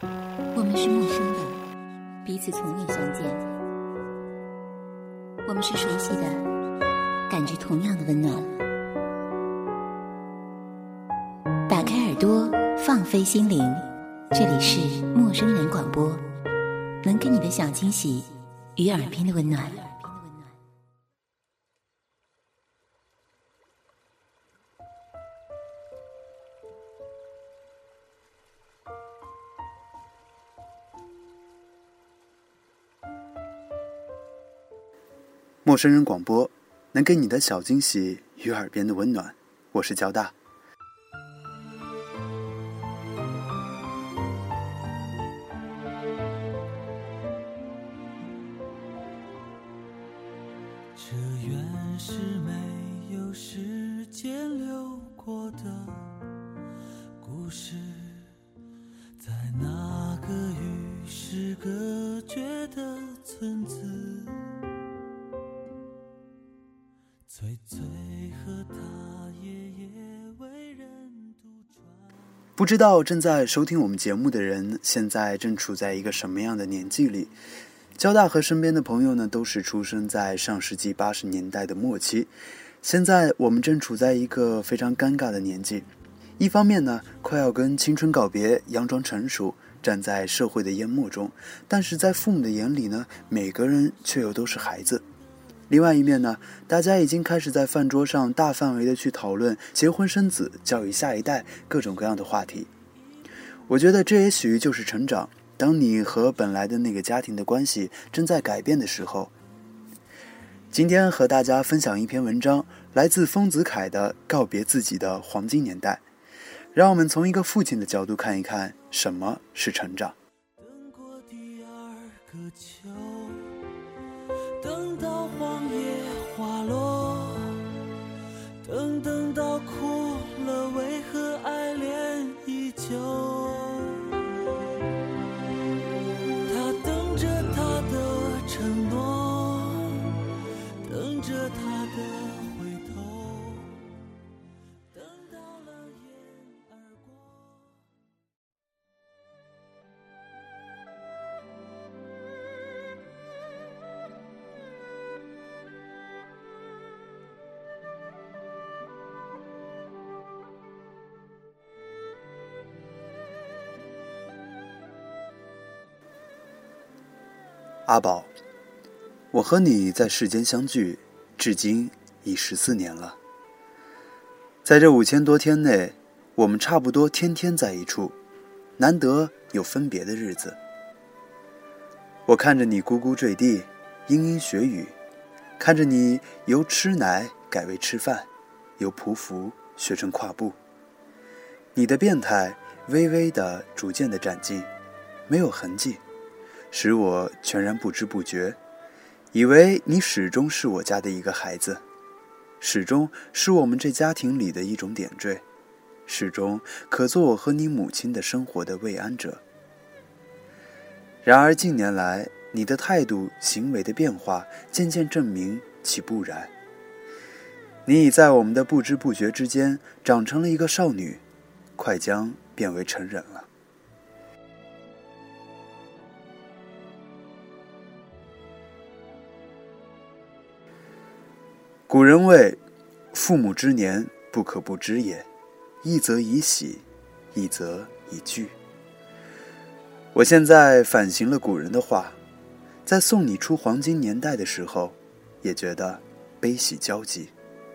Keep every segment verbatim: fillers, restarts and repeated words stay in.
我们是陌生的，彼此从未相见。我们是熟悉的，感觉同样的温暖。打开耳朵，放飞心灵，这里是陌生人广播，能给你的小惊喜与耳边的温暖。 陌生人广播，能给你的小惊喜与耳边的温暖。我是交大。 这原是没有时间流过的故事，在那个与世隔绝的村子，翠翠和她爷爷为人独传。 不知道正在收听我们节目的人现在正处在一个什么样的年纪里。交大和身边的朋友呢，都是出生在上世纪八十年代的末期。现在我们正处在一个非常尴尬的年纪，一方面呢，快要跟青春告别，佯装成熟，站在社会的淹没中，但是在父母的眼里呢，每个人却又都是孩子。另外一面呢，大家已经开始在饭桌上大范围的去讨论结婚生子、教育下一代各种各样的话题。我觉得这也许就是成长。当你和本来的那个家庭的关系正在改变的时候，今天和大家分享一篇文章，来自丰子恺的《告别自己的黄金年代》。让我们从一个父亲的角度看一看什么是成长。 等过第二个秋，等到黄叶花落，等等到哭了，为何爱恋依旧？承诺，等着他的回头，等到了眼而过。 阿宝，我和你在世间相聚，至今已十四年了。在这五千多天内，我们差不多天天在一处，难得有分别的日子。我看着你咕咕坠地，嘤嘤学语，看着你由吃奶改为吃饭，由匍匐学成跨步。你的变态微微的、逐渐的展进，没有痕迹，使我全然不知不觉，以为你始终是我家的一个孩子，始终是我们这家庭里的一种点缀，始终可做我和你母亲的生活的慰安者。然而近年来，你的态度、行为的变化渐渐证明其不然。你已在我们的不知不觉之间长成了一个少女，快将变为成人了。古人谓，父母之年，不可不知也，一则以喜，一则以惧。我现在反省了古人的话，在送你出黄金年代的时候，也觉得悲喜交集。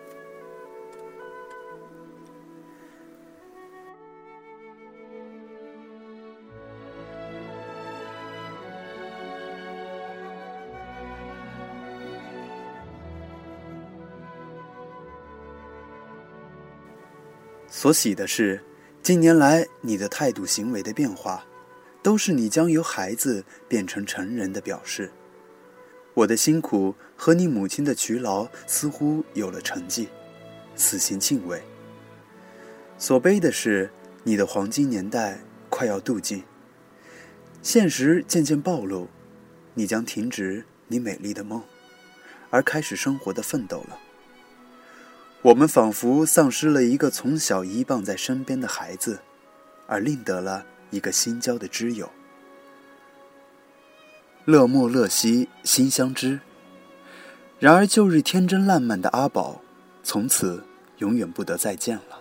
所喜的是，近年来你的态度行为的变化，都是你将由孩子变成成人的表示。我的辛苦和你母亲的劬劳似乎有了成绩，此心敬畏。所悲的是，你的黄金年代快要度尽，现实渐渐暴露，你将停止你美丽的梦，而开始生活的奋斗了。我们仿佛丧失了一个从小依傍在身边的孩子，而另得了一个新交的知友。 乐莫乐兮心相知。然而旧日天真烂漫的阿宝，从此永远不得再见了。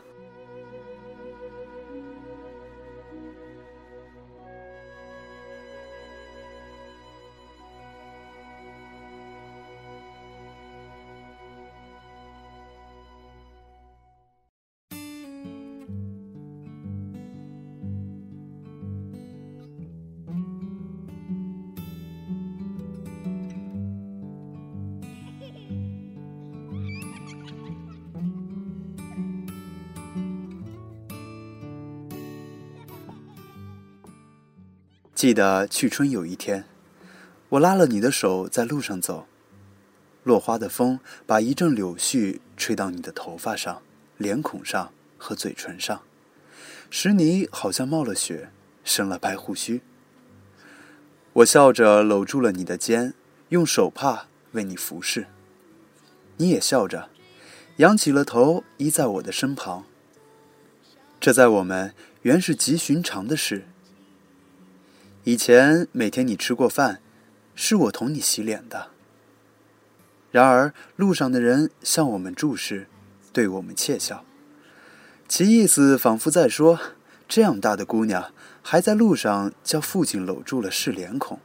记得去春有一天，我拉了你的手在路上走，落花的风把一阵柳絮吹到你的头发上、脸孔上和嘴唇上，使你好像冒了雪，生了白胡须。我笑着搂住了你的肩，用手帕为你服侍。你也笑着，仰起了头，依在我的身旁。这在我们原是极寻常的事。以前每天你吃过饭，是我同你洗脸的。然而路上的人向我们注视，对我们窃笑，其意思仿佛在说，这样大的姑娘还在路上叫父亲搂住了试脸孔。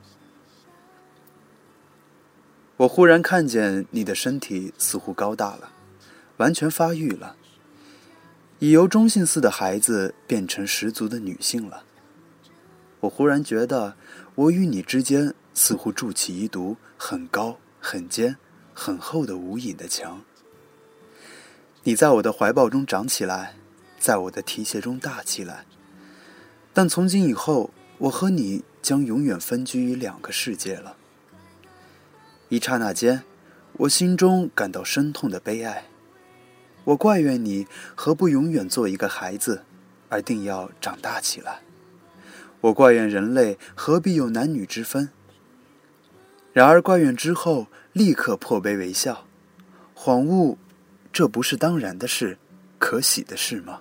我忽然看见你的身体似乎高大了，完全发育了，已由中性似的孩子变成十足的女性了。我忽然觉得，我与你之间似乎筑起一堵很高、很尖、很厚的无影的墙。你在我的怀抱中长起来，在我的提携中大起来。但从今以后，我和你将永远分居于两个世界了。一刹那间，我心中感到深痛的悲哀。我怪怨你何不永远做一个孩子，而定要长大起来。我怪怨人类何必有男女之分。然而怪怨之后，立刻破悲为笑，恍悟，这不是当然的事，可喜的事吗？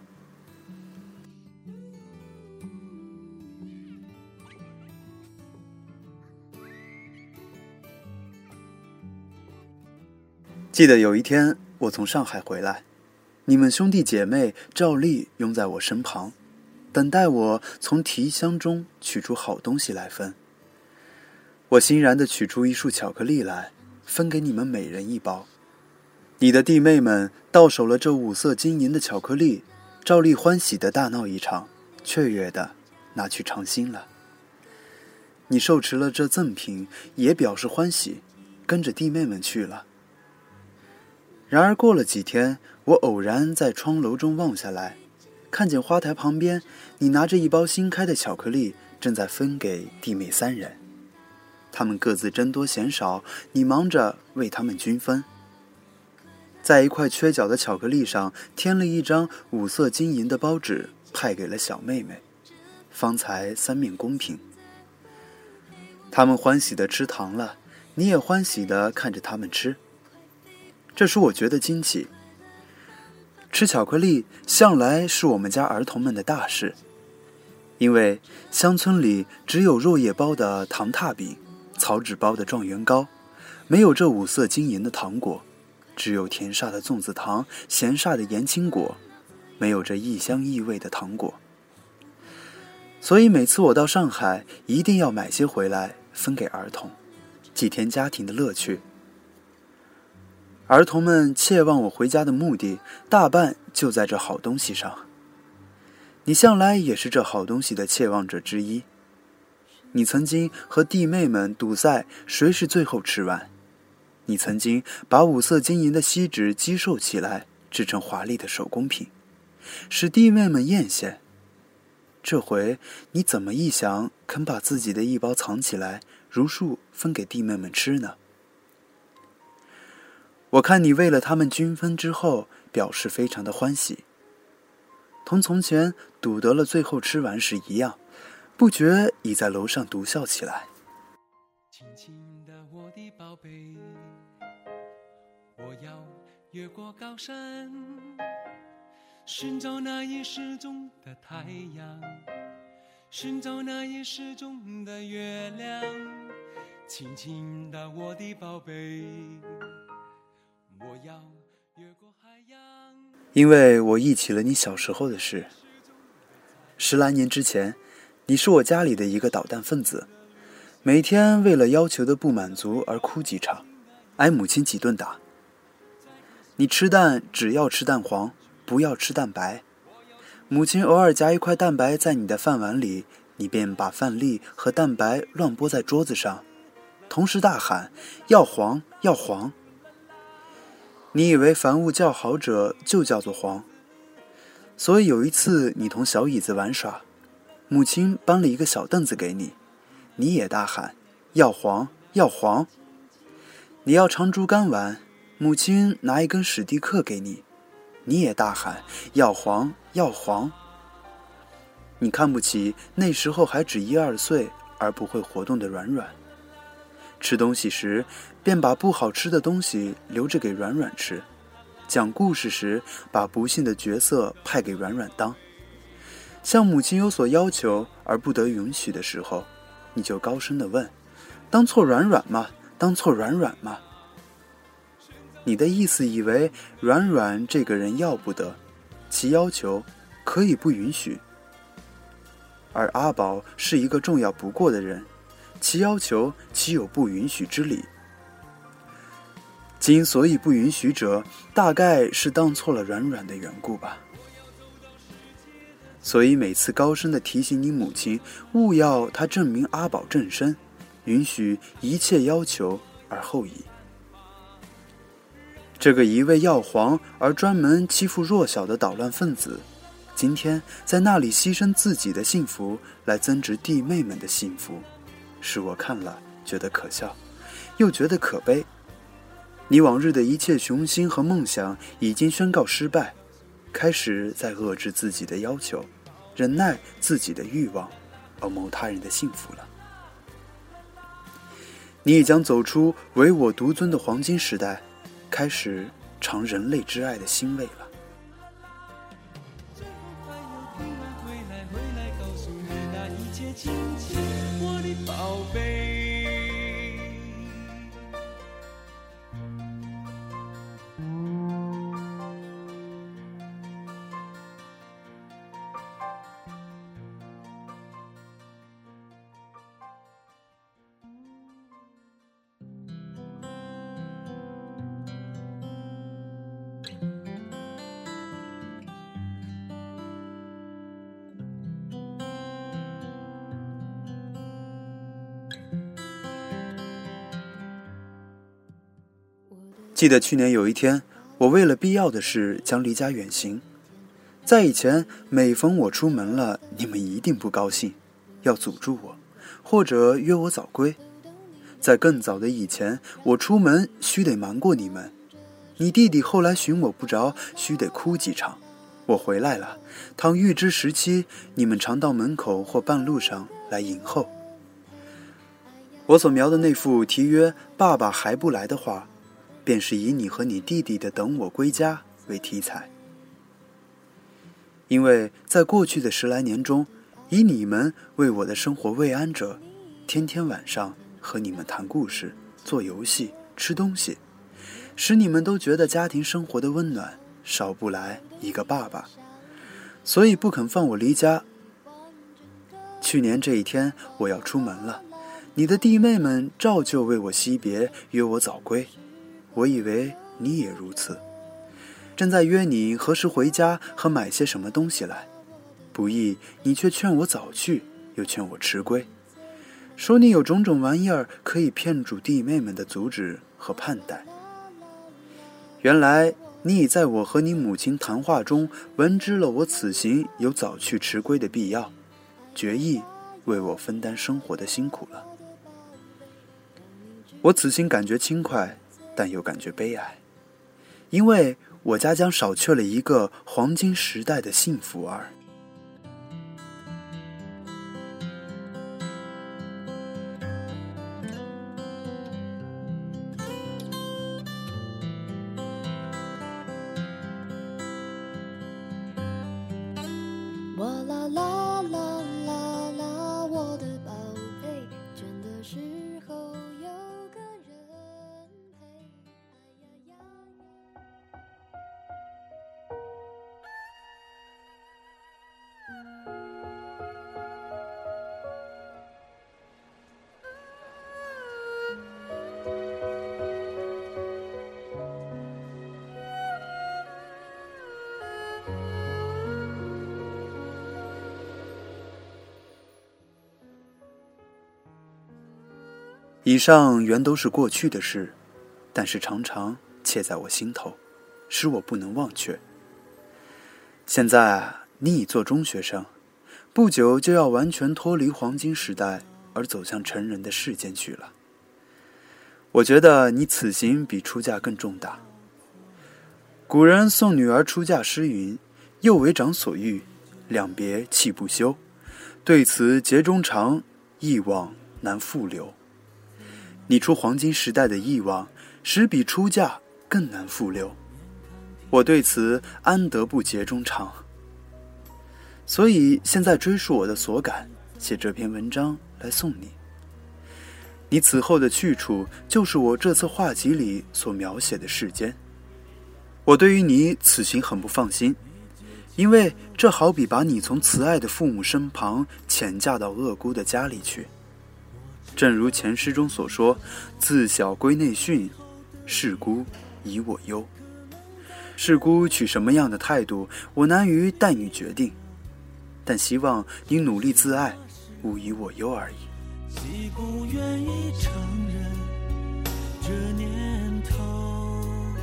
记得有一天我从上海回来，你们兄弟姐妹照例拥在我身旁，等待我从提箱中取出好东西来分。我欣然地取出一束巧克力来，分给你们每人一包。你的弟妹们到手了这五色晶莹的巧克力，照例欢喜地大闹一场，雀跃地拿去尝新了。你受持了这赠品，也表示欢喜，跟着弟妹们去了。然而过了几天，我偶然在窗楼中望下来，看见花台旁边，你拿着一包新开的巧克力，正在分给弟妹三人。他们各自争多嫌少，你忙着为他们均分。在一块缺角的巧克力上添了一张五色晶莹的包纸，派给了小妹妹，方才三面公平。他们欢喜地吃糖了，你也欢喜地看着他们吃。这使我觉得惊奇。吃巧克力向来是我们家儿童们的大事，因为乡村里只有肉叶包的糖踏饼、草纸包的状元糕，没有这五色晶莹的糖果，只有甜煞的粽子糖、咸煞的盐青果，没有这异香异味的糖果。所以每次我到上海，一定要买些回来分给儿童，祭添家庭的乐趣。儿童们切望我回家的目的，大半就在这好东西上。你向来也是这好东西的切望者之一。你曾经和弟妹们赌赛谁是最后吃完。你曾经把五色晶莹的锡纸积售起来，制成华丽的手工品，使弟妹们艳羡。这回你怎么一想，肯把自己的一包藏起来，如数分给弟妹们吃呢？我看你为了他们均分之后，表示非常的欢喜，同从前赌得了最后吃完时一样，不觉已在楼上独笑起来。 轻轻的我的宝贝，我要越过高山，寻找那已失踪的太阳， 寻找那已失踪的月亮，轻轻的我的宝贝，我要越过海洋。 因为我忆起了你小时候的事。十来年之前，你是我家里的一个捣蛋分子，每天为了要求的不满足而哭几场，挨母亲几顿打。你吃蛋只要吃蛋黄，不要吃蛋白。母亲偶尔夹一块蛋白在你的饭碗里，你便把饭粒和蛋白乱拨在桌子上，同时大喊要黄要黄。你以为凡物叫好者就叫做黄，所以有一次你同小椅子玩耍，母亲搬了一个小凳子给你，你也大喊要黄要黄。你要长竹竿玩，母亲拿一根史蒂克给你，你也大喊要黄要黄。你看不起那时候还只一二岁而不会活动的软软，吃东西时便把不好吃的东西留着给软软吃，讲故事时把不幸的角色派给软软当。向母亲有所要求而不得允许的时候，你就高声地问，当错软软吗？当错软软吗？你的意思以为软软这个人要不得，其要求可以不允许，而阿宝是一个重要不过的人，其要求岂有不允许之理？今所以不允许者，大概是当错了软软的缘故吧。所以每次高声地提醒你母亲，勿要她证明阿宝正身，允许一切要求而后已。这个一味要黄而专门欺负弱小的捣乱分子，今天在那里牺牲自己的幸福来增值弟妹们的幸福，使我看了觉得可笑，又觉得可悲。你往日的一切雄心和梦想已经宣告失败，开始在遏制自己的要求，忍耐自己的欲望，而谋他人的幸福了。你已将走出唯我独尊的黄金时代，开始尝人类之爱的欣慰了。 我的宝贝， 记得去年有一天，我为了必要的事将离家远行。在以前，每逢我出门了，你们一定不高兴，要阻住我，或者约我早归。在更早的以前，我出门须得瞒过你们。你弟弟后来寻我不着，须得哭几场。我回来了，倘预知时期，你们常到门口或半路上来迎候。我所描的那幅题约爸爸还不来的画，便是以你和你弟弟的等我归家为题材。因为在过去的十来年中，以你们为我的生活慰安者，天天晚上和你们谈故事、做游戏、吃东西，使你们都觉得家庭生活的温暖少不来一个爸爸，所以不肯放我离家。去年这一天我要出门了，你的弟妹们照旧为我惜别，约我早归。我以为你也如此，正在约你何时回家和买些什么东西来，不意你却劝我早去，又劝我迟归，说你有种种玩意儿可以骗住弟妹们的阻止和盼待。原来你已在我和你母亲谈话中闻知了我此行有早去迟归的必要，决意为我分担生活的辛苦了。我此行感觉轻快，但又感觉悲哀，因为我家将少却了一个黄金时代的幸福儿。 哇啦啦啦啦啦以上原都是过去的事，但是常常切在我心头，使我不能忘却。现在你已做中学生，不久就要完全脱离黄金时代，而走向成人的世间去了。我觉得你此行比出嫁更重大。古人送女儿出嫁诗云：幼为长所育，两别泣不休。对此节中长，忆往难复留。你出黄金时代的忆往，实比出嫁更难复留。我对此安得不节中长？所以现在追溯我的所感，写这篇文章来送你。你此后的去处，就是我这次画集里所描写的世间。我对于你此行很不放心，因为这好比把你从慈爱的父母身旁遣嫁到恶姑的家里去。正如前诗中所说：自小闺内训，事姑疑我忧。事姑取什么样的态度，我难于代你决定，但希望你努力自爱，勿疑我忧而已。 既不愿意承认这念头，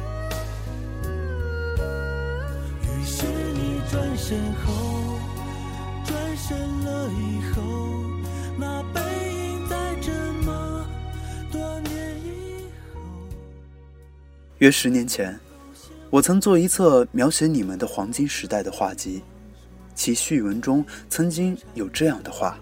于是你转身后，转身了以后，那背影在这么多年以后。 约十年前，我曾做一册描写你们的黄金时代的画集，其序文中曾经有这样的话：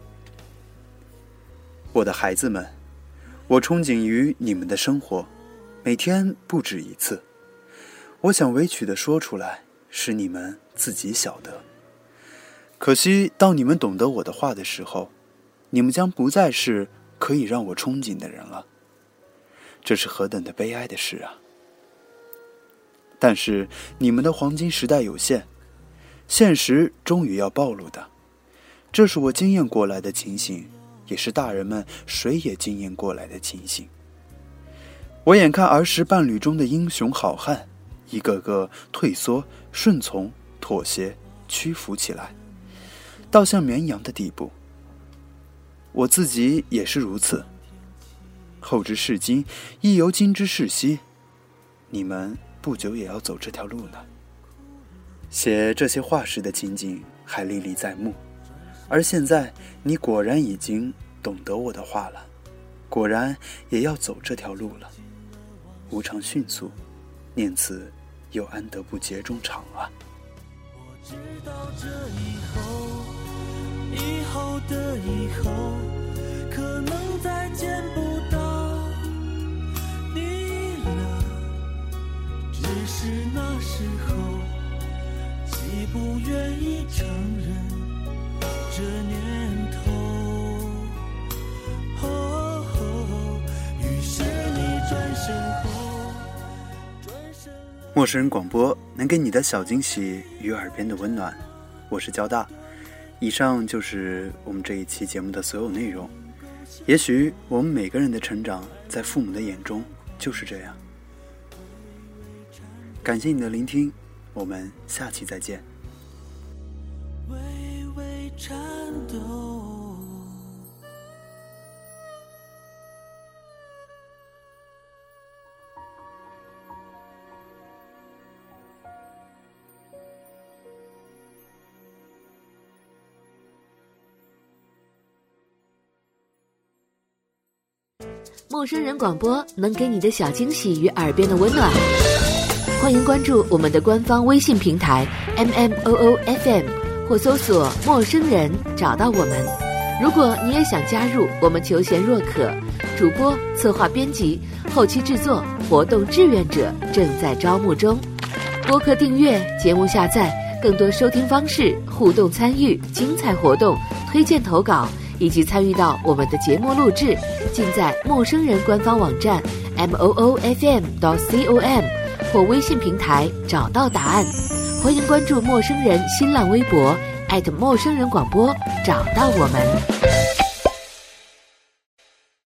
我的孩子们，我憧憬于你们的生活，每天不止一次。我想委曲地说出来，使你们自己晓得。可惜到你们懂得我的话的时候，你们将不再是可以让我憧憬的人了。这是何等的悲哀的事啊！但是你们的黄金时代有限，现实终于要暴露的，这是我经验过来的情形，也是大人们谁也经验过来的情形。我眼看儿时伴侣中的英雄好汉，一个个退缩、顺从、妥协、屈服起来，到像绵羊的地步。我自己也是如此。后之视今，亦犹今之视昔。你们不久也要走这条路呢。写这些话时的情景还历历在目，而现在你果然已经懂得我的话了，果然也要走这条路了。无常迅速，念此又安得不节中长啊！ 我知道这以后，以后的以后，可能再见不到你了。只是那时候，既不愿意承认这念头，哦哦，于是你转身后，转身了。 陌生人广播能给你的小惊喜与耳边的温暖，我是交大。以上就是我们这一期节目的所有内容。也许我们每个人的成长在父母的眼中就是这样。感谢你的聆听，我们下期再见。 微微颤抖。 陌生人广播能给你的小惊喜与耳边的温暖。欢迎关注我们的官方微信平台 M M O O F M 或搜索陌生人找到我们。如果你也想加入，我们求贤若渴，主播、策划、编辑、后期制作、活动志愿者正在招募中。播客订阅、节目下载、更多收听方式、互动参与、精彩活动、推荐投稿以及参与到我们的节目录制，尽在陌生人官方网站 M O O F M 到 C O M 或微信平台找到答案。欢迎关注陌生人新浪微博艾特陌生人广播，找到我们。